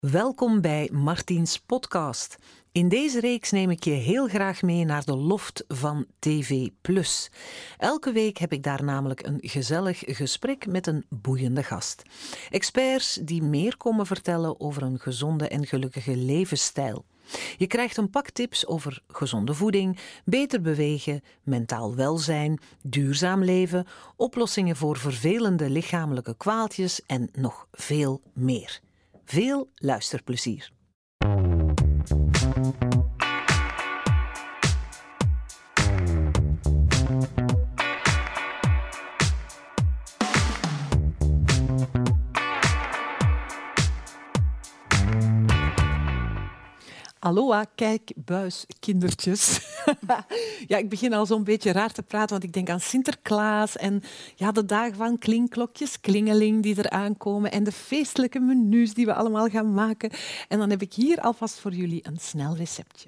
Welkom bij Martiens podcast. In deze reeks neem ik je heel graag mee naar de loft van TV+. Elke week heb ik daar namelijk een gezellig gesprek met een boeiende gast. Experts die meer komen vertellen over een gezonde en gelukkige levensstijl. Je krijgt een pak tips over gezonde voeding, beter bewegen, mentaal welzijn, duurzaam leven, oplossingen voor vervelende lichamelijke kwaaltjes en nog veel meer. Veel luisterplezier. Aloha, kijk, buis, kindertjes. Ja, ik begin al zo'n beetje raar te praten, want ik denk aan Sinterklaas en ja, de dagen van klinkklokjes, klingeling die eraan komen en de feestelijke menus die we allemaal gaan maken. En dan heb ik hier alvast voor jullie een snel receptje.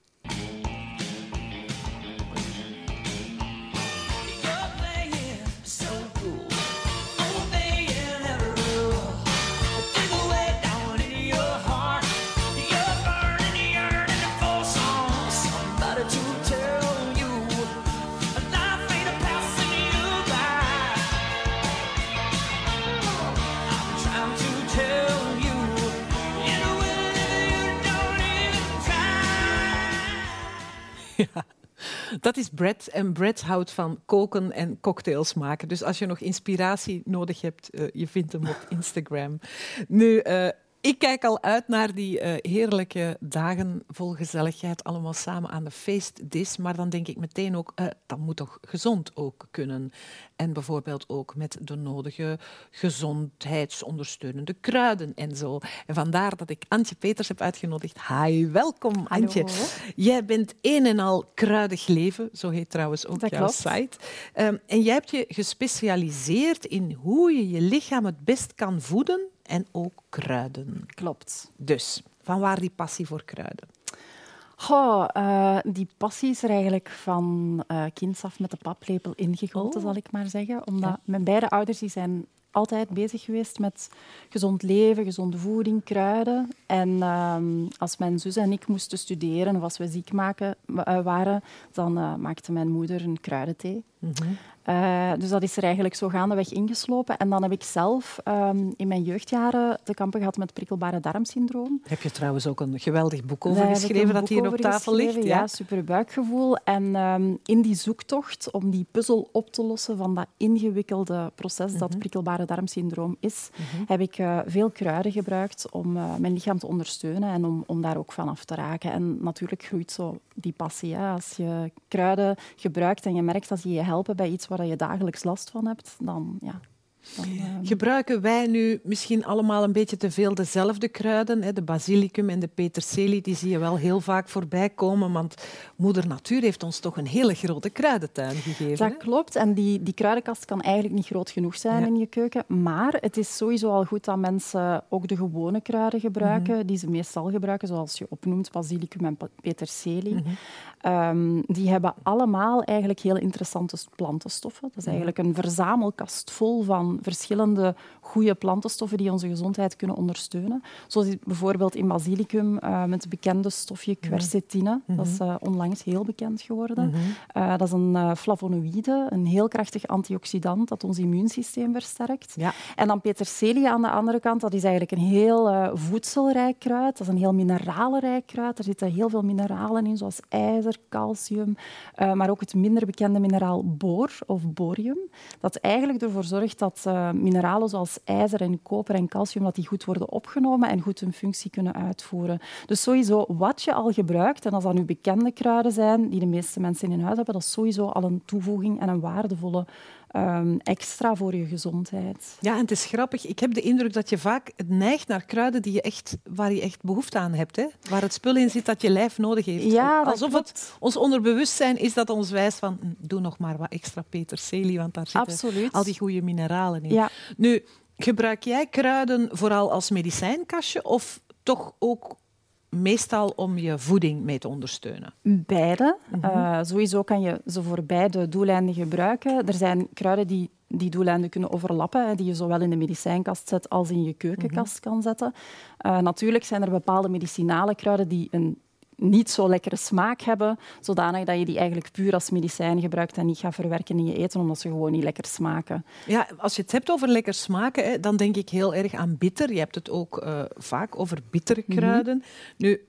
Ja, dat is Brett. En Brett houdt van koken en cocktails maken. Dus als je nog inspiratie nodig hebt, je vindt hem op Instagram. Nu, ik kijk al uit naar die heerlijke dagen vol gezelligheid, allemaal samen aan de feestdis. Maar dan denk ik meteen ook, dat moet toch gezond ook kunnen. En bijvoorbeeld ook met de nodige gezondheidsondersteunende kruiden en zo. En vandaar dat ik Antje Peters heb uitgenodigd. Hi, welkom Antje. Hallo. Jij bent een en al kruidig leven, zo heet trouwens ook dat jouw klopt. site. En jij hebt je gespecialiseerd in hoe je je lichaam het best kan voeden en ook kruiden. Klopt. Dus, vanwaar die passie voor kruiden? Die passie is er eigenlijk van kinds af met de paplepel ingegoten, zal ik maar zeggen. Omdat mijn beide ouders die zijn altijd bezig geweest met gezond leven, gezonde voeding, kruiden. En als mijn zus en ik moesten studeren of als we ziek waren, dan maakte mijn moeder een kruidenthee. Mm-hmm. Dus dat is er eigenlijk zo gaandeweg ingeslopen. En dan heb ik zelf in mijn jeugdjaren te kampen gehad met prikkelbare darmsyndroom. Heb je trouwens ook een geweldig boek over geschreven dat hier op tafel ligt? Ja, super buikgevoel. En in die zoektocht om die puzzel op te lossen van dat ingewikkelde proces dat prikkelbare darmsyndroom is, heb ik veel kruiden gebruikt om mijn lichaam te ondersteunen en om daar ook van af te raken. En natuurlijk groeit zo die passie. Hè. Als je kruiden gebruikt en je merkt dat die je helpen bij iets waar je dagelijks last van hebt, dan ja. Gebruiken wij nu misschien allemaal een beetje te veel dezelfde kruiden? Hè? De basilicum en de peterselie, die zie je wel heel vaak voorbij komen, want moeder natuur heeft ons toch een hele grote kruidentuin gegeven. Dat klopt. En die kruidenkast kan eigenlijk niet groot genoeg zijn in je keuken. Maar het is sowieso al goed dat mensen ook de gewone kruiden gebruiken, die ze meestal gebruiken, zoals je opnoemt, basilicum en peterselie. Die hebben allemaal eigenlijk heel interessante plantenstoffen. Dat is eigenlijk een verzamelkast vol van verschillende goede plantenstoffen die onze gezondheid kunnen ondersteunen. Zoals bijvoorbeeld in basilicum met het bekende stofje quercetine. Dat is onlangs heel bekend geworden. Dat is een flavonoïde, een heel krachtig antioxidant dat ons immuunsysteem versterkt. Ja. En dan peterselie aan de andere kant, dat is eigenlijk een heel voedselrijk kruid. Dat is een heel mineralenrijk kruid. Er zitten heel veel mineralen in, zoals ijzer, calcium, maar ook het minder bekende mineraal boor of borium. Dat eigenlijk ervoor zorgt dat mineralen zoals ijzer en koper en calcium dat die goed worden opgenomen en goed hun functie kunnen uitvoeren. Dus sowieso wat je al gebruikt, en als dat nu bekende kruiden zijn die de meeste mensen in huis hebben, dat is sowieso al een toevoeging en een waardevolle extra voor je gezondheid. Ja, en het is grappig. Ik heb de indruk dat je vaak neigt naar kruiden waar je echt behoefte aan hebt. Hè? Waar het spul in zit dat je lijf nodig heeft. Ja, alsof het ons onderbewustzijn is dat ons wijst van doe nog maar wat extra peterselie, want daar zitten al die goede mineralen in. Ja. Nu, gebruik jij kruiden vooral als medicijnkastje of toch ook meestal om je voeding mee te ondersteunen? Beide. Sowieso kan je ze voor beide doeleinden gebruiken. Er zijn kruiden die doeleinden kunnen overlappen, die je zowel in de medicijnkast zet als in je keukenkast kan zetten. Natuurlijk zijn er bepaalde medicinale kruiden die een niet zo lekkere smaak hebben, zodanig dat je die eigenlijk puur als medicijn gebruikt en niet gaat verwerken in je eten, omdat ze gewoon niet lekker smaken. Ja, als je het hebt over lekker smaken, dan denk ik heel erg aan bitter. Je hebt het ook vaak over bittere kruiden. Nu,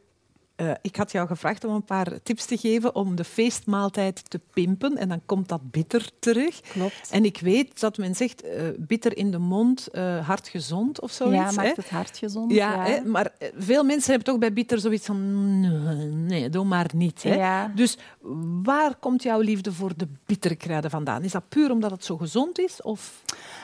ik had jou gevraagd om een paar tips te geven om de feestmaaltijd te pimpen en dan komt dat bitter terug. Klopt. En ik weet dat men zegt bitter in de mond, hart gezond of zoiets. Ja, maakt het hart gezond. Ja. Maar veel mensen hebben toch bij bitter zoiets van nee, doe maar niet. Ja. Dus waar komt jouw liefde voor de bittere kruiden vandaan? Is dat puur omdat het zo gezond is? Of...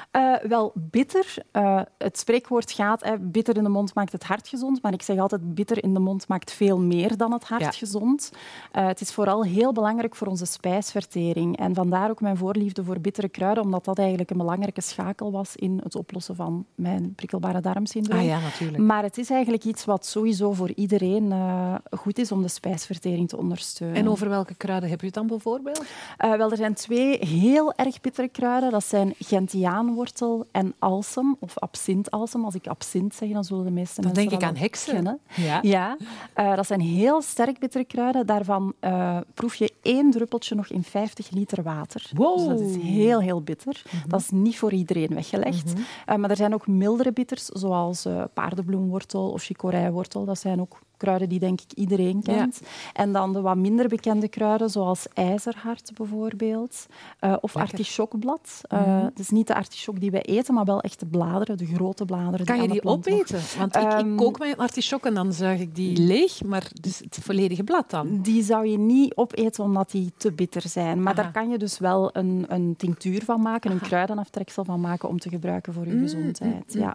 Wel, bitter. Het spreekwoord gaat, bitter in de mond maakt het hart gezond, maar ik zeg altijd, bitter in de mond maakt veel meer dan het hart gezond. Het is vooral heel belangrijk voor onze spijsvertering. En vandaar ook mijn voorliefde voor bittere kruiden, omdat dat eigenlijk een belangrijke schakel was in het oplossen van mijn prikkelbare darmsyndroom. Ah ja, natuurlijk. Maar het is eigenlijk iets wat sowieso voor iedereen goed is om de spijsvertering te ondersteunen. En over welke kruiden heb je het dan bijvoorbeeld? Wel, er zijn 2 heel erg bittere kruiden. Dat zijn gentiaanwortel en alsem, of absintalsem. Als ik absint zeg, dan zullen de meeste mensen denk ik dat aan heksen. kennen. Ja. Dat zijn heel sterk bittere kruiden. Daarvan proef je 1 druppeltje nog in 50 liter water. Wow. Dus dat is heel, heel bitter. Dat is niet voor iedereen weggelegd. Maar er zijn ook mildere bitters, zoals paardenbloemwortel of chicorijwortel. Dat zijn ook kruiden die denk ik iedereen kent. Ja. En dan de wat minder bekende kruiden, zoals ijzerhart bijvoorbeeld. Of artichokblad. Het is niet de artichok die wij eten, maar wel echt de bladeren, de grote bladeren. Kan je die opeten? Want ik kook mijn artichok en dan zuig ik die leeg, maar dus het volledige blad dan? Die zou je niet opeten omdat die te bitter zijn. Maar daar kan je dus wel een tinctuur van maken, een kruidenaftreksel van maken om te gebruiken voor je gezondheid. Ja.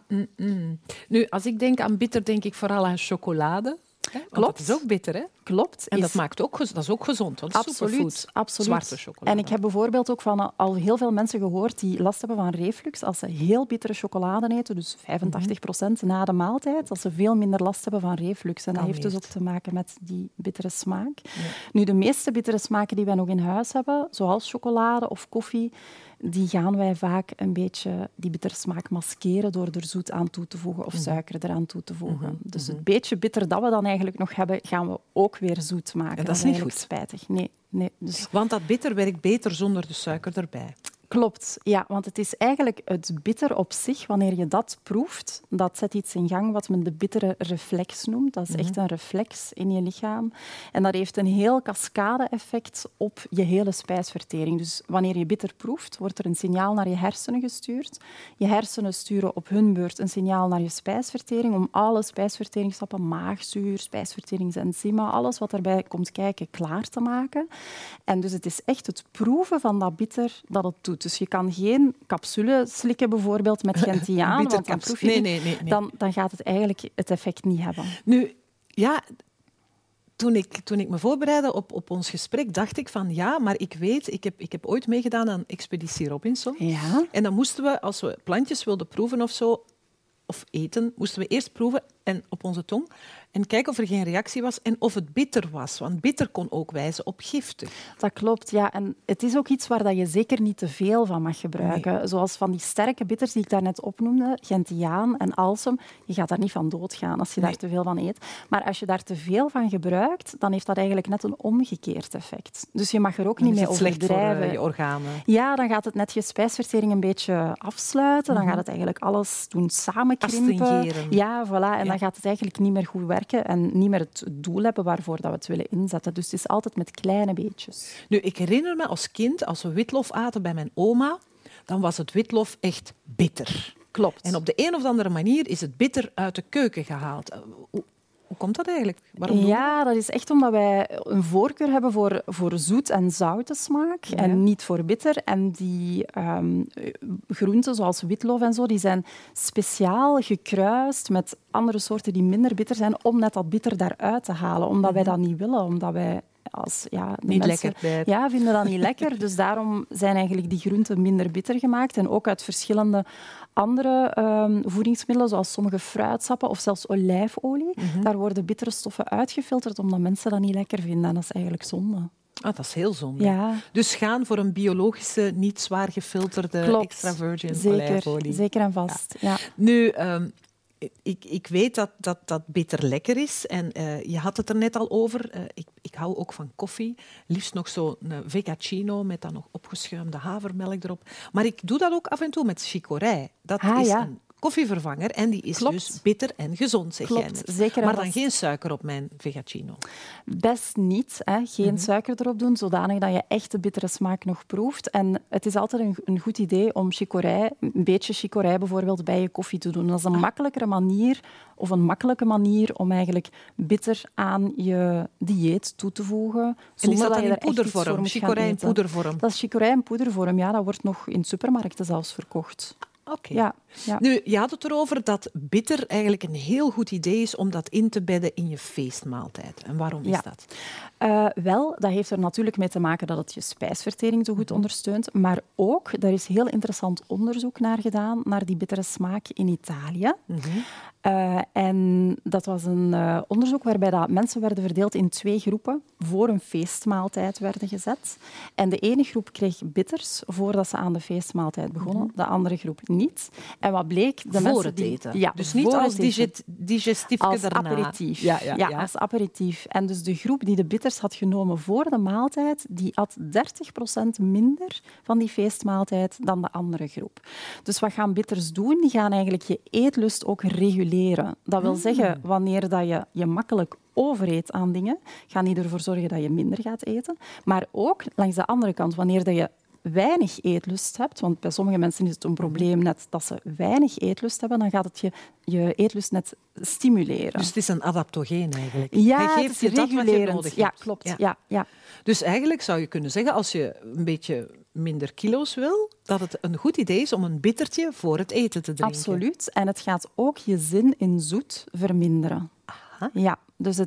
Nu, als ik denk aan bitter, denk ik vooral aan chocolade. Klopt. Dat is ook bitter, hè? Klopt. En dat is ook gezond, want het is superfood. Absoluut. Zwarte chocolade. En ik heb bijvoorbeeld ook van al heel veel mensen gehoord die last hebben van reflux. Als ze heel bittere chocolade eten, dus 85% na de maaltijd, als ze veel minder last hebben van reflux. En dat heeft dus ook te maken met die bittere smaak. Ja. Nu, de meeste bittere smaken die wij nog in huis hebben, zoals chocolade of koffie, die gaan wij vaak een beetje die bittere smaak maskeren door er zoet aan toe te voegen of suiker eraan toe te voegen. Dus het beetje bitter dat we dan eigenlijk nog hebben, gaan we ook weer zoet maken. En dat is niet goed. Spijtig. Nee. Dus... Want dat bitter werkt beter zonder de suiker erbij. Klopt, ja, want het is eigenlijk het bitter op zich, wanneer je dat proeft, dat zet iets in gang wat men de bittere reflex noemt. Dat is echt een reflex in je lichaam. En dat heeft een heel cascade-effect op je hele spijsvertering. Dus wanneer je bitter proeft, wordt er een signaal naar je hersenen gestuurd. Je hersenen sturen op hun beurt een signaal naar je spijsvertering om alle spijsverteringsstappen, maagzuur, spijsverteringsenzymen, alles wat daarbij komt kijken, klaar te maken. En dus het is echt het proeven van dat bitter dat het doet. Dus je kan geen capsule slikken, bijvoorbeeld met gentiaan, want dan proef je nee. Dan gaat het eigenlijk het effect niet hebben. Nu, ja, toen ik me voorbereidde op ons gesprek, dacht ik van ja, maar ik weet, ik heb ooit meegedaan aan Expeditie Robinson. Ja. En dan moesten we, als we plantjes wilden proeven of zo, of eten, moesten we eerst proeven en op onze tong en kijken of er geen reactie was en of het bitter was. Want bitter kon ook wijzen op giftig. Dat klopt, ja. En het is ook iets waar dat je zeker niet te veel van mag gebruiken. Nee. Zoals van die sterke bitters die ik daarnet opnoemde, gentiaan en alsem, je gaat daar niet van doodgaan als je daar te veel van eet. Maar als je daar te veel van gebruikt, dan heeft dat eigenlijk net een omgekeerd effect. Dus je mag er ook niet mee overdrijven. Slecht voor je organen. Ja, dan gaat het net je spijsvertering een beetje afsluiten. Dan gaat het eigenlijk alles doen samenkrimpen. Astringeren. Ja, voilà. En dan gaat het eigenlijk niet meer goed werken en niet meer het doel hebben waarvoor dat we het willen inzetten. Dus het is altijd met kleine beetjes. Nu, ik herinner me als kind, als we witlof aten bij mijn oma, dan was het witlof echt bitter. Klopt. En op de een of andere manier is het bitter uit de keuken gehaald. Hoe komt dat eigenlijk? Waarom ja, dat is echt omdat wij een voorkeur hebben voor zoet en zoute smaak en niet voor bitter. En die groenten, zoals witlof en zo, die zijn speciaal gekruist met andere soorten die minder bitter zijn, om net dat bitter daaruit te halen. Omdat wij dat niet willen, omdat wij niet lekker blijft. Ja, vinden dat niet lekker. Dus daarom zijn eigenlijk die groenten minder bitter gemaakt. En ook uit verschillende andere voedingsmiddelen, zoals sommige fruitsappen of zelfs olijfolie. Daar worden bittere stoffen uitgefilterd, omdat mensen dat niet lekker vinden. En dat is eigenlijk zonde. Dat is heel zonde. Ja. Dus gaan voor een biologische, niet zwaar gefilterde extra virgin olijfolie. Zeker en vast. Ja. Nu, ik weet dat bitter lekker is. En je had het er net al over. Ik hou ook van koffie. Liefst nog zo'n vegacino met dan nog opgeschuimde havermelk erop. Maar ik doe dat ook af en toe met chicorée. Dat is een koffievervanger en die is dus bitter en gezond, zeg jij net. Zeker maar dan geen suiker op mijn vegacino. Best niet. Geen suiker erop doen, zodanig dat je echt de bittere smaak nog proeft. En het is altijd een goed idee om chicorée, een beetje chicorée bijvoorbeeld, bij je koffie te doen. Dat is een makkelijke manier om eigenlijk bitter aan je dieet toe te voegen. En is dat in poedervorm? Chicorée in poedervorm? Dat is chicorée in poedervorm, ja. Dat wordt nog in supermarkten zelfs verkocht. Oké. Ja. Nu, je had het erover dat bitter eigenlijk een heel goed idee is om dat in te bedden in je feestmaaltijd. En waarom is dat? Wel, dat heeft er natuurlijk mee te maken dat het je spijsvertering zo goed ondersteunt. Maar ook, daar is heel interessant onderzoek naar gedaan, naar die bittere smaak in Italië. En dat was een onderzoek waarbij dat mensen werden verdeeld in 2 groepen voor een feestmaaltijd werden gezet. En de ene groep kreeg bitters voordat ze aan de feestmaaltijd begonnen, de andere groep niet. En wat bleek? Voor het eten? Ja, dus niet als digestiefje daarna? Aperitief. Ja, als aperitief. En dus de groep die de bitters had genomen voor de maaltijd, die had 30% minder van die feestmaaltijd dan de andere groep. Dus wat gaan bitters doen? Die gaan eigenlijk je eetlust ook reguleren. Dat wil zeggen, wanneer dat je makkelijk overeet aan dingen, gaan die ervoor zorgen dat je minder gaat eten. Maar ook langs de andere kant, wanneer dat je weinig eetlust hebt, want bij sommige mensen is het een probleem net dat ze weinig eetlust hebben, dan gaat het je eetlust net stimuleren. Dus het is een adaptogeen eigenlijk. Ja, hij geeft je dat wat je nodig hebt. Ja, klopt. Ja. Dus eigenlijk zou je kunnen zeggen, als je een beetje minder kilo's wil, dat het een goed idee is om een bittertje voor het eten te drinken. Absoluut. En het gaat ook je zin in zoet verminderen. Aha. Ja. Dus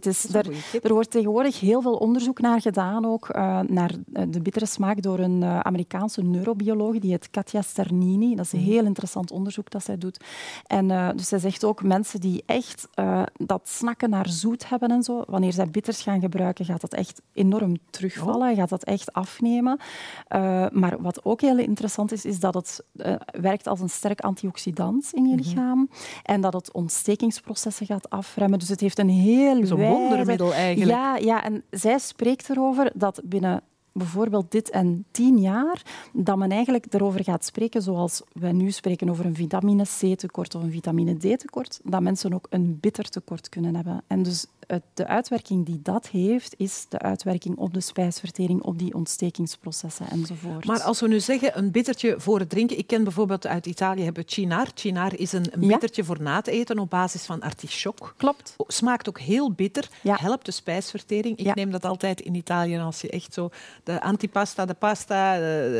er wordt tegenwoordig heel veel onderzoek naar gedaan, ook naar de bittere smaak door een Amerikaanse neurobioloog, die heet Katja Sternini. Dat is een heel interessant onderzoek dat zij doet. En dus zij zegt ook, mensen die echt dat snakken naar zoet hebben en zo, wanneer zij bitters gaan gebruiken, gaat dat echt enorm terugvallen, gaat dat echt afnemen. Maar wat ook heel interessant is dat het werkt als een sterk antioxidant in je lichaam en dat het ontstekingsprocessen gaat afremmen. Dus het heeft een heel zo'n wondermiddel eigenlijk. Ja, en zij spreekt erover dat binnen bijvoorbeeld dit en 10 jaar, dat men eigenlijk erover gaat spreken zoals wij nu spreken over een vitamine C-tekort of een vitamine D-tekort, dat mensen ook een bittertekort kunnen hebben. En dus de uitwerking die dat heeft, is de uitwerking op de spijsvertering, op die ontstekingsprocessen enzovoort. Maar als we nu zeggen een bittertje voor het drinken, ik ken bijvoorbeeld uit Italië hebben Cynar. Cynar is een bittertje voor na te eten op basis van artichok. Klopt. Smaakt ook heel bitter, helpt de spijsvertering. Ik neem dat altijd in Italië als je echt zo de antipasta, de pasta,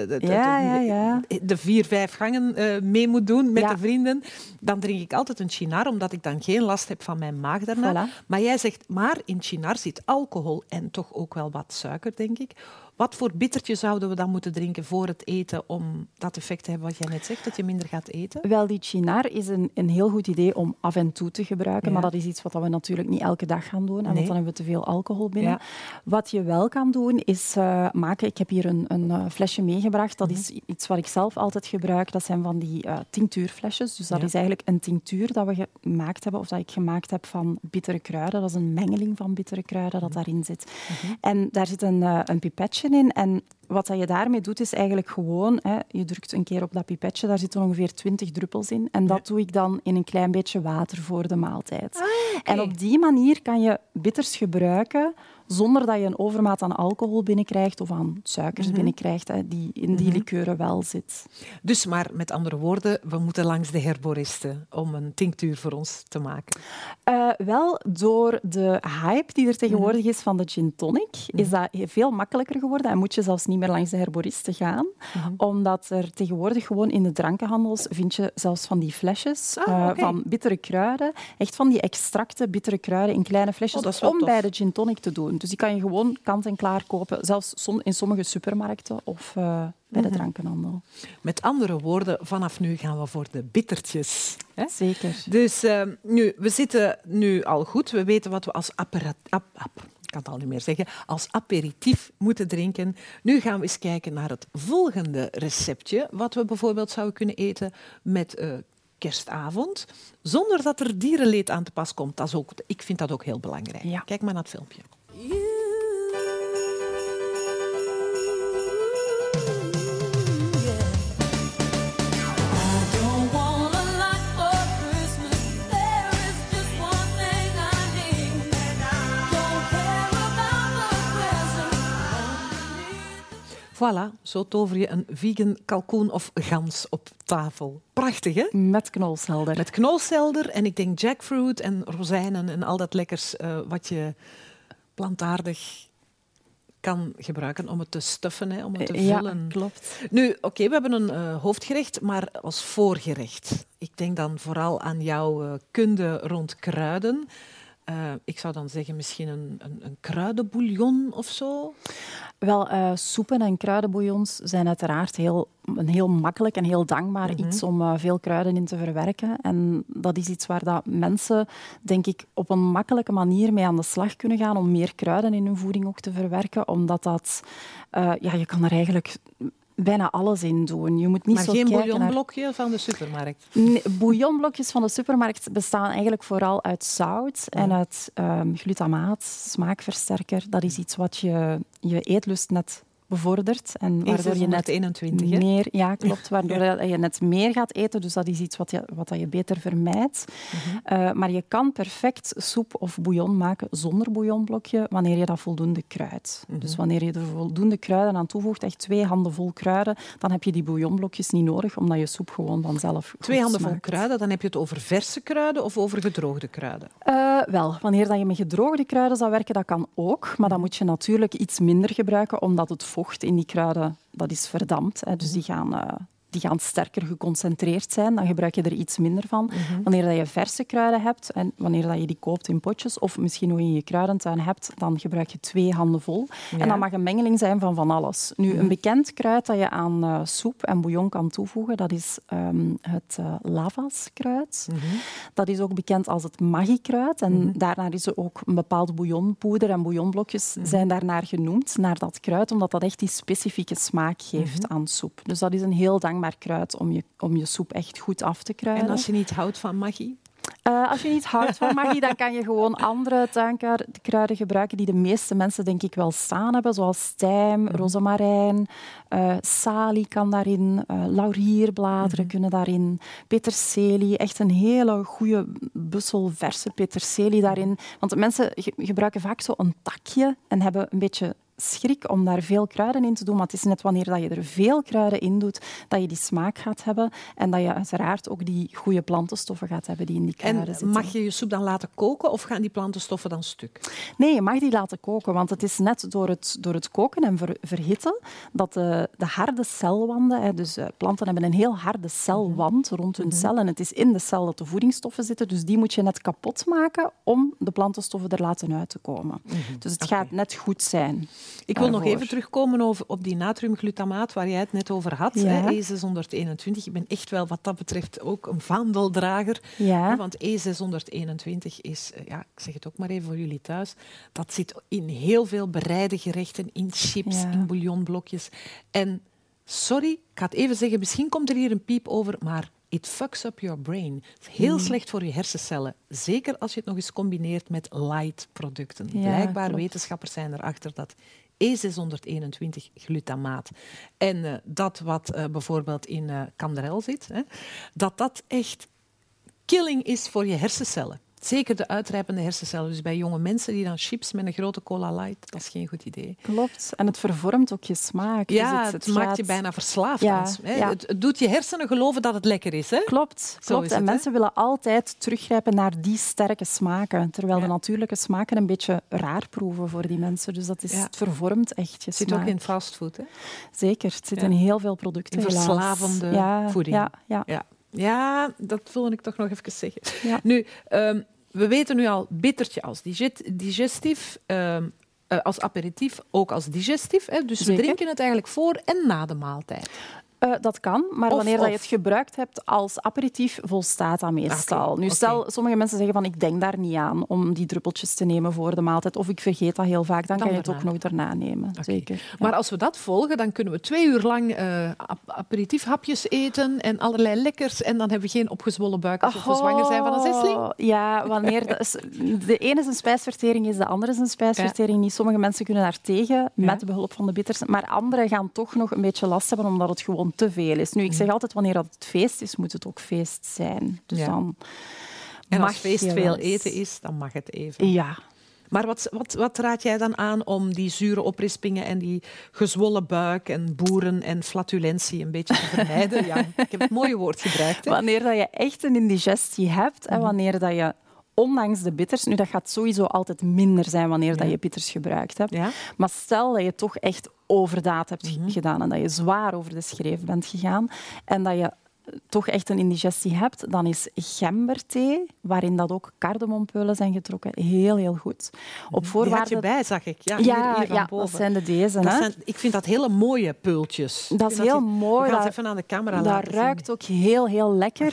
de 4-5 gangen mee moet doen met de vrienden. Dan drink ik altijd een Cynar, omdat ik dan geen last heb van mijn maag daarna. Voilà. Maar jij zegt, maar in Cynar zit alcohol en toch ook wel wat suiker, denk ik. Wat voor bittertje zouden we dan moeten drinken voor het eten om dat effect te hebben wat jij net zegt, dat je minder gaat eten? Wel, die Cynar is een heel goed idee om af en toe te gebruiken, maar dat is iets wat we natuurlijk niet elke dag gaan doen, want dan hebben we te veel alcohol binnen. Ja. Wat je wel kan doen, is maken... Ik heb hier een flesje meegebracht. Dat is iets wat ik zelf altijd gebruik. Dat zijn van die tinctuurflesjes. Dus dat is eigenlijk een tinctuur dat we gemaakt hebben, of dat ik gemaakt heb van bittere kruiden. Dat is een mengeling van bittere kruiden dat daarin zit. En daar zit een pipetje in. En wat je daarmee doet, is eigenlijk gewoon... je drukt een keer op dat pipetje, daar zitten ongeveer 20 druppels in. En dat doe ik dan in een klein beetje water voor de maaltijd. Okay. En op die manier kan je bitters gebruiken zonder dat je een overmaat aan alcohol binnenkrijgt of aan suikers binnenkrijgt, die in die likeuren wel zit. Dus maar met andere woorden, we moeten langs de herboristen om een tinctuur voor ons te maken. Wel, door de hype die er tegenwoordig is van de gin tonic, is dat veel makkelijker geworden en moet je zelfs niet meer langs de herboristen gaan, omdat er tegenwoordig gewoon in de drankenhandels vind je zelfs van die flesjes van bittere kruiden, echt van die extracte bittere kruiden in kleine flesjes om bij de gin tonic te doen. Dus die kan je gewoon kant-en-klaar kopen. Zelfs in sommige supermarkten of bij de drankenhandel. Met andere woorden, vanaf nu gaan we voor de bittertjes. Hè? Zeker. Dus we zitten nu al goed. We weten wat we als ik kan het al niet meer zeggen, als aperitief moeten drinken. Nu gaan we eens kijken naar het volgende receptje, wat we bijvoorbeeld zouden kunnen eten met kerstavond, zonder dat er dierenleed aan te pas komt. Dat is ook, ik vind dat ook heel belangrijk. Ja. Kijk maar naar het filmpje. Voilà, zo tover je een vegan kalkoen of gans op tafel. Prachtig, hè? Met knolselder. Met knolselder en ik denk jackfruit en rozijnen en al dat lekkers wat je plantaardig kan gebruiken om het te stuffen, hè, om het te vullen. Ja, klopt. Nu, oké, we hebben een hoofdgerecht, maar als voorgerecht. Ik denk dan vooral aan jouw kunde rond kruiden. Ik zou dan zeggen misschien een kruidenbouillon of zo. Wel, soepen en kruidenbouillons zijn uiteraard een heel makkelijk en heel dankbaar iets om veel kruiden in te verwerken. En dat is iets waar dat mensen, denk ik, op een makkelijke manier mee aan de slag kunnen gaan om meer kruiden in hun voeding ook te verwerken. Omdat dat... je kan er eigenlijk bijna alles in doen. Je moet niet maar zo geen kijken bouillonblokje van de supermarkt? Nee, bouillonblokjes van de supermarkt bestaan eigenlijk vooral uit zout en uit glutamaat, smaakversterker. Dat is iets wat je eetlust net bevordert. En waardoor je net 21, meer, ja, klopt, waardoor je net meer gaat eten. Dus dat is iets wat je beter vermijdt. Maar je kan perfect soep of bouillon maken zonder bouillonblokje, wanneer je dat voldoende kruidt. Dus wanneer je er voldoende kruiden aan toevoegt, echt 2 handen vol kruiden, dan heb je die bouillonblokjes niet nodig, omdat je soep gewoon vanzelf goed 2 handen vol smaakt. kruiden, dan heb je het over verse kruiden of over gedroogde kruiden? Wel, wanneer dat je met gedroogde kruiden zou werken, dat kan ook. Maar dan moet je natuurlijk iets minder gebruiken, omdat het vocht in die kruiden dat is verdampt. Hè. Dus die gaan sterker geconcentreerd zijn. Dan gebruik je er iets minder van. Wanneer dat je verse kruiden hebt en wanneer dat je die koopt in potjes of misschien nog in je kruidentuin hebt, dan gebruik je 2 handen vol. Ja. En dat mag een mengeling zijn van alles. Nu, een bekend kruid dat je aan soep en bouillon kan toevoegen, dat is het lavaskruid. Dat is ook bekend als het magikruid. En daarna is er ook een bepaald bouillonpoeder en bouillonblokjes zijn daarnaar genoemd, naar dat kruid, omdat dat echt die specifieke smaak geeft aan soep. Dus dat is een heel dankbaar kruid om je soep echt goed af te kruiden. En als je niet houdt van maggi? Als je niet houdt van maggi, dan kan je gewoon andere tuinkruiden gebruiken die de meeste mensen denk ik wel staan hebben, zoals tijm, rozemarijn, salie kan daarin, laurierbladeren kunnen daarin, peterselie, echt een hele goede bussel verse peterselie daarin. Want mensen gebruiken vaak zo een takje en hebben een beetje schrik om daar veel kruiden in te doen, maar het is net wanneer dat je er veel kruiden in doet, dat je die smaak gaat hebben en dat je uiteraard ook die goede plantenstoffen gaat hebben die in die kruiden zitten. En mag je je soep dan laten koken of gaan die plantenstoffen dan stuk? Nee, je mag die laten koken, want het is net door het koken en verhitten dat de harde celwanden, dus planten hebben een heel harde celwand rond hun cel en het is in de cel dat de voedingsstoffen zitten, dus die moet je net kapot maken om de plantenstoffen er laten uit te komen. Dus het gaat net goed zijn. Ik wil nog even terugkomen op die natriumglutamaat waar jij het net over had. Ja. E621. Ik ben echt wel wat dat betreft ook een vaandeldrager. Ja. Want E621 is, ik zeg het ook maar even voor jullie thuis, dat zit in heel veel bereide gerechten, in chips, in bouillonblokjes. En sorry, ik ga het even zeggen, misschien komt er hier een piep over, maar it fucks up your brain. Het is heel slecht voor je hersencellen. Zeker als je het nog eens combineert met light producten. Ja, Blijkbaar klopt. wetenschappers zijn erachter dat E621 glutamaat en dat wat bijvoorbeeld in kanderel zit, dat echt killing is voor je hersencellen. Zeker de uitrijpende hersencellen. Dus bij jonge mensen die dan chips met een grote cola light, dat is geen goed idee. Klopt. En het vervormt ook je smaak. Ja, Dus het maakt je bijna verslaafd. Ja, ja. Het doet je hersenen geloven dat het lekker is. Hè? Klopt. Zo is En het, mensen willen altijd teruggrijpen naar die sterke smaken. Terwijl de natuurlijke smaken een beetje raar proeven voor die mensen. Dus dat is, het vervormt echt je Het zit smaak. ook in fastfood. Hè? Zeker. Het zit in heel veel producten, In helaas. verslavende voeding. Ja. Ja, dat wilde ik toch nog even zeggen. Ja. Nu, we weten nu al bittertje als digestief. als aperitief, ook als digestief. Hè? Dus Zeker. we drinken het eigenlijk voor en na de maaltijd. Dat kan, maar wanneer dat je het gebruikt hebt als aperitief, volstaat dat meestal. Nu, stel, sommige mensen zeggen van ik denk daar niet aan om die druppeltjes te nemen voor de maaltijd, of ik vergeet dat heel vaak, dan kan je het ook nog daarna nemen. Zeker. Ja. Maar als we dat volgen, dan kunnen we 2 uur lang aperitiefhapjes eten en allerlei lekkers en dan hebben we geen opgezwollen buik als we zwanger zijn van een zesling. Ja, de ene zijn spijsvertering is de andere zijn spijsvertering niet. Sommige mensen kunnen daar tegen met behulp van de bitters, maar anderen gaan toch nog een beetje last hebben omdat het gewoon te veel is. Nu, ik zeg altijd, wanneer het feest is, moet het ook feest zijn. Dus dan en als feest veel eten is, dan mag het even. Ja. Maar wat raad jij dan aan om die zure oprispingen en die gezwollen buik en boeren en flatulentie een beetje te vermijden? Ja, ik heb het mooie woord gebruikt. Hè? Wanneer dat je echt een indigestie hebt en wanneer dat je ondanks de bitters, nu dat gaat sowieso altijd minder zijn wanneer dat je bitters gebruikt hebt. Ja. Maar stel dat je toch echt overdaad hebt gedaan en dat je zwaar over de schreef bent gegaan en dat je toch echt een indigestie hebt, dan is gemberthee, waarin dat ook kardemompeulen zijn getrokken, heel, heel goed. Op voorwaarde... Die had je bij, zag ik. Ja, dat zijn de deze. Ik vind dat hele mooie peultjes. Dat is heel mooi. We gaan het even aan de camera laten zien. Dat ruikt ook heel, heel lekker.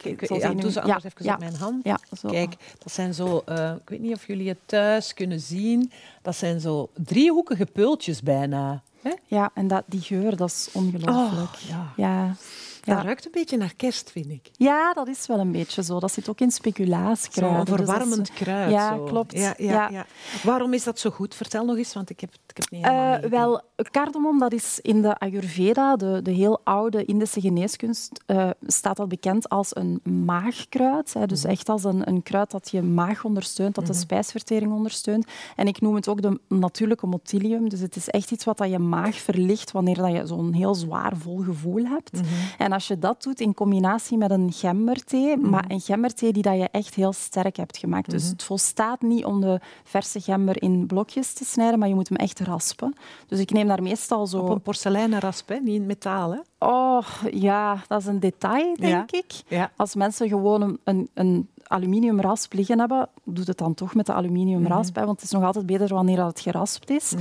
Doe ze anders even op mijn hand. Ja, kijk, dat zijn zo... ik weet niet of jullie het thuis kunnen zien. Dat zijn zo driehoekige peultjes bijna. Hè? Ja, en die geur, dat is ongelooflijk. Ja. Dat ruikt een beetje naar kerst, vind ik. Ja, dat is wel een beetje zo. Dat zit ook in speculaaskruid. Zo'n verwarmend kruid. Ja, zo. klopt. Ja. Waarom is dat zo goed? Vertel nog eens, want ik heb het niet helemaal wel, cardamom, dat is in de Ayurveda, de heel oude Indische geneeskunst, staat dat bekend als een maagkruid. Hè. Dus echt als een kruid dat je maag ondersteunt, dat de spijsvertering ondersteunt. En ik noem het ook de natuurlijke motilium. Dus het is echt iets wat je maag verlicht wanneer dat je zo'n heel zwaar vol gevoel hebt. En als je dat doet in combinatie met een gemberthee, maar een gemberthee die dat je echt heel sterk hebt gemaakt. Dus het volstaat niet om de verse gember in blokjes te snijden, maar je moet hem echt raspen. Dus ik neem daar meestal zo... Op een porseleinen rasp, hè? Niet in metaal, hè? Oh, ja, dat is een detail, denk ik. Ja. Als mensen gewoon een aluminiumrasp liggen hebben, doet het dan toch met de aluminiumrasp, want het is nog altijd beter wanneer het geraspt is.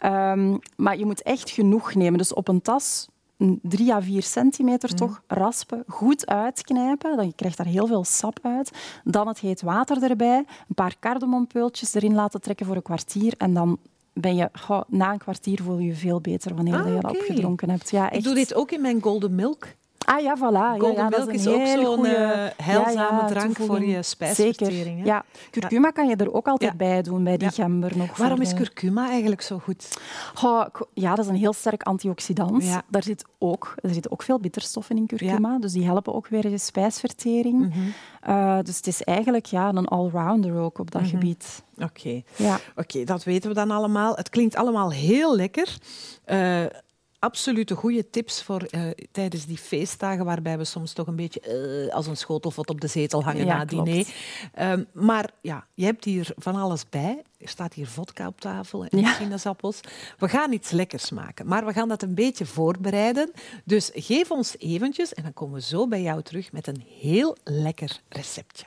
Maar je moet echt genoeg nemen. Dus op een tas 3 à 4 centimeter toch raspen, goed uitknijpen. Dan krijg je daar heel veel sap uit. Dan het heet water erbij, een paar kardemompeultjes erin laten trekken voor een kwartier en dan ben je, na een kwartier voel je je veel beter wanneer je dat opgedronken hebt. Ja, echt. Ik doe dit ook in mijn golden milk. Ah ja, voilà. Golden milk is ook zo'n heilzame drank voor je spijsvertering. Hè? Ja. Curcuma kan je er ook altijd bij doen, bij die gember nog. Waarom is curcuma eigenlijk zo goed? Ja, dat is een heel sterk antioxidant. Ja. Er zitten ook veel bitterstoffen in curcuma, dus die helpen ook weer je spijsvertering. Dus het is eigenlijk een allrounder ook op dat gebied. Oké, dat weten we dan allemaal. Het klinkt allemaal heel lekker. Absolute goede tips voor tijdens die feestdagen waarbij we soms toch een beetje als een schotelvot op de zetel hangen na diner. Maar ja, je hebt hier van alles bij. Er staat hier vodka op tafel en sinaasappels. We gaan iets lekkers maken, maar we gaan dat een beetje voorbereiden. Dus geef ons eventjes en dan komen we zo bij jou terug met een heel lekker receptje.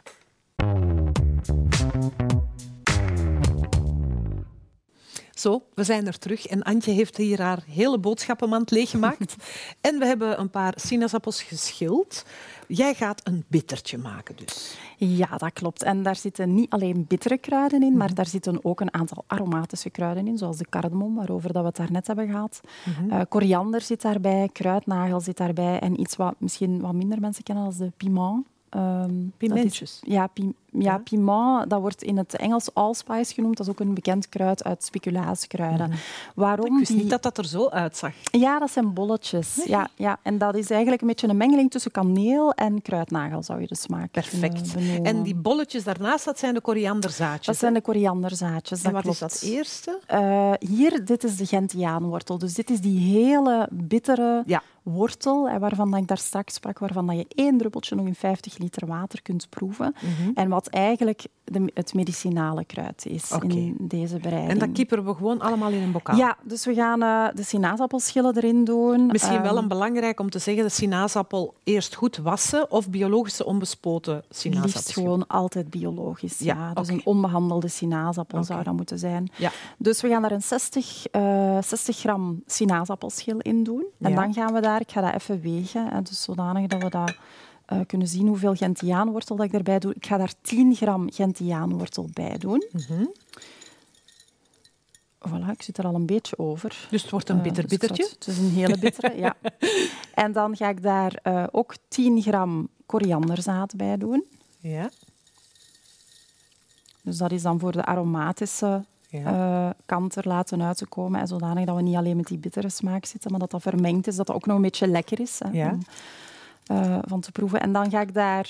Zo, we zijn er terug en Antje heeft hier haar hele boodschappenmand leeggemaakt. En we hebben een paar sinaasappels geschild. Jij gaat een bittertje maken dus. Ja, dat klopt. En daar zitten niet alleen bittere kruiden in, maar daar zitten ook een aantal aromatische kruiden in, zoals de cardamom, waarover dat we het daarnet hebben gehad. Koriander zit daarbij, kruidnagel zit daarbij en iets wat misschien wat minder mensen kennen als de piment. Pimentjes. Piment, dat wordt in het Engels allspice genoemd. Dat is ook een bekend kruid uit speculaaskruiden. Waarom? Ik wist niet dat dat er zo uitzag. Ja, dat zijn bolletjes. Nee. Ja. En dat is eigenlijk een beetje een mengeling tussen kaneel en kruidnagel, zou je de smaak Perfect. benoemen. En die bolletjes daarnaast, dat zijn de korianderzaadjes. Dat zijn de korianderzaadjes, en wat klopt. is dat eerste? Dit is de gentiaanwortel. Dus dit is die hele bittere... wortel, waarvan dat ik daar straks sprak, waarvan dat je 1 druppeltje nog in 50 liter water kunt proeven. En wat eigenlijk het medicinale kruid is in deze bereiding. En dat kipperen we gewoon allemaal in een bokaal? Ja, dus we gaan de sinaasappelschillen erin doen. Misschien wel belangrijk om te zeggen, de sinaasappel eerst goed wassen of biologische onbespoten sinaasappels? Liefst gewoon altijd biologisch. Ja. Dus een onbehandelde sinaasappel zou dat moeten zijn. Ja. Dus we gaan daar een 60 gram sinaasappelschil in doen. En dan gaan we daar, ik ga dat even wegen, dus zodanig dat we dat kunnen zien hoeveel gentiaanwortel dat ik erbij doe. Ik ga daar 10 gram gentiaanwortel bij doen. Voilà, ik zit er al een beetje over. Dus het wordt een bitter bittertje? Het is een hele bittere, ja. En dan ga ik daar ook 10 gram korianderzaad bij doen. Ja. Dus dat is dan voor de aromatische kant er laten uitkomen. En zodanig dat we niet alleen met die bittere smaak zitten, maar dat dat vermengd is, dat dat ook nog een beetje lekker is van te proeven. En dan ga ik daar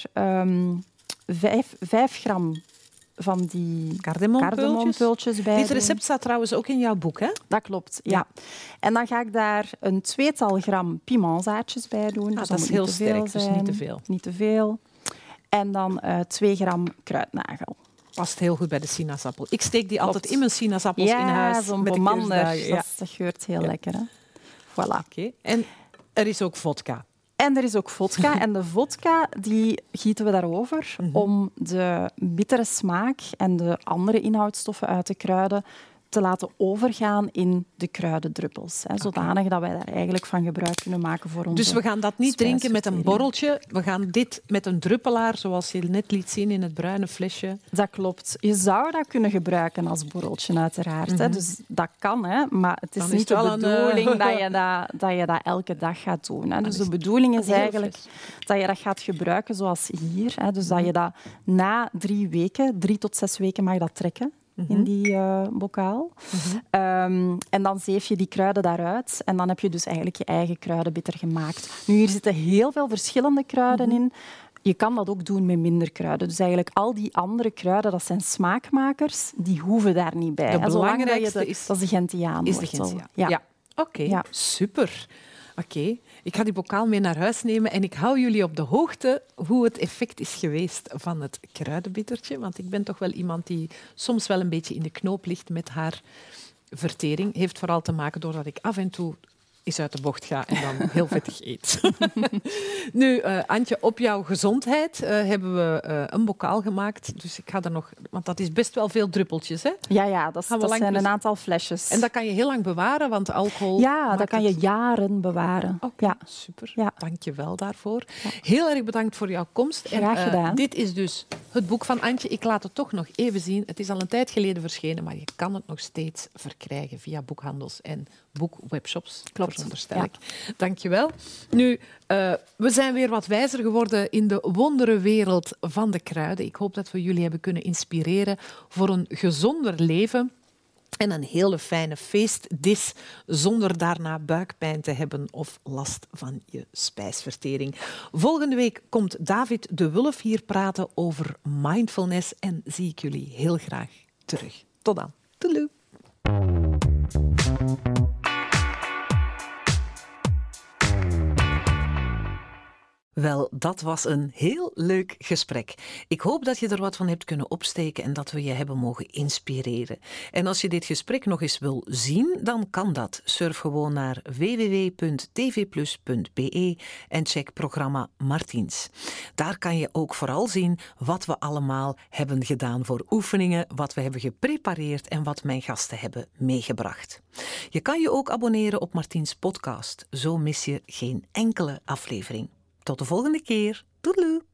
5 gram van die kardemompultjes bij Dit doen. recept staat trouwens ook in jouw boek, hè? Dat klopt, ja. En dan ga ik daar een 2-tal gram pimentzaadjes bij doen. Dus dat is heel sterk, dus niet te veel. Niet te veel. En dan 2 gram kruidnagel. Past heel goed bij de sinaasappel. Ik steek die altijd in mijn sinaasappels in huis. Ja, zo'n bomander. Dat geurt heel lekker. Hè? Voilà. Okay. En er is ook vodka. En er is ook vodka. En de vodka die gieten we daarover om de bittere smaak en de andere inhoudstoffen uit de kruiden te laten overgaan in de kruidendruppels. Zodanig dat wij daar eigenlijk van gebruik kunnen maken voor onze. Dus we gaan dat niet drinken met een borreltje. We gaan dit met een druppelaar, zoals je net liet zien in het bruine flesje. Dat klopt. Je zou dat kunnen gebruiken als borreltje, uiteraard. Dus dat kan, maar het is dan niet de bedoeling dat je dat elke dag gaat doen. Dus de bedoeling is eigenlijk dat je dat gaat gebruiken zoals hier. Dus dat je dat na 3 weken, 3 tot 6 weken mag dat trekken. In die bokaal. En dan zeef je die kruiden daaruit. En dan heb je dus eigenlijk je eigen kruidenbitter gemaakt. Nu, hier zitten heel veel verschillende kruiden in. Je kan dat ook doen met minder kruiden. Dus eigenlijk al die andere kruiden, dat zijn smaakmakers, die hoeven daar niet bij. De belangrijkste dat is de gentiaanwortel. Ja. Oké, super. Oké, ik ga die bokaal mee naar huis nemen en ik hou jullie op de hoogte hoe het effect is geweest van het kruidenbittertje. Want ik ben toch wel iemand die soms wel een beetje in de knoop ligt met haar vertering. Heeft vooral te maken doordat ik af en toe eens uit de bocht ga en dan heel vettig eet. Nu, Antje, op jouw gezondheid hebben we een bokaal gemaakt. Dus ik ga er nog... Want dat is best wel veel druppeltjes, hè? Ja, dat zijn een aantal flesjes. En dat kan je heel lang bewaren, want alcohol... Ja, dat kan je jaren bewaren. Ja. Super, dank je wel daarvoor. Ja. Heel erg bedankt voor jouw komst. Graag gedaan. Dit is dus het boek van Antje. Ik laat het toch nog even zien. Het is al een tijd geleden verschenen, maar je kan het nog steeds verkrijgen via boekhandels en boekwebshops. Klopt. Veronderstel ik. Dank je wel. Nu, we zijn weer wat wijzer geworden in de wonderenwereld van de kruiden. Ik hoop dat we jullie hebben kunnen inspireren voor een gezonder leven en een hele fijne feestdis zonder daarna buikpijn te hebben of last van je spijsvertering. Volgende week komt David de Wulf hier praten over mindfulness en zie ik jullie heel graag terug. Tot dan. Toedeloe. Wel, dat was een heel leuk gesprek. Ik hoop dat je er wat van hebt kunnen opsteken en dat we je hebben mogen inspireren. En als je dit gesprek nog eens wil zien, dan kan dat. Surf gewoon naar www.tvplus.be en check programma Martiens. Daar kan je ook vooral zien wat we allemaal hebben gedaan voor oefeningen, wat we hebben geprepareerd en wat mijn gasten hebben meegebracht. Je kan je ook abonneren op Martiens podcast. Zo mis je geen enkele aflevering. Tot de volgende keer. Doedeloe!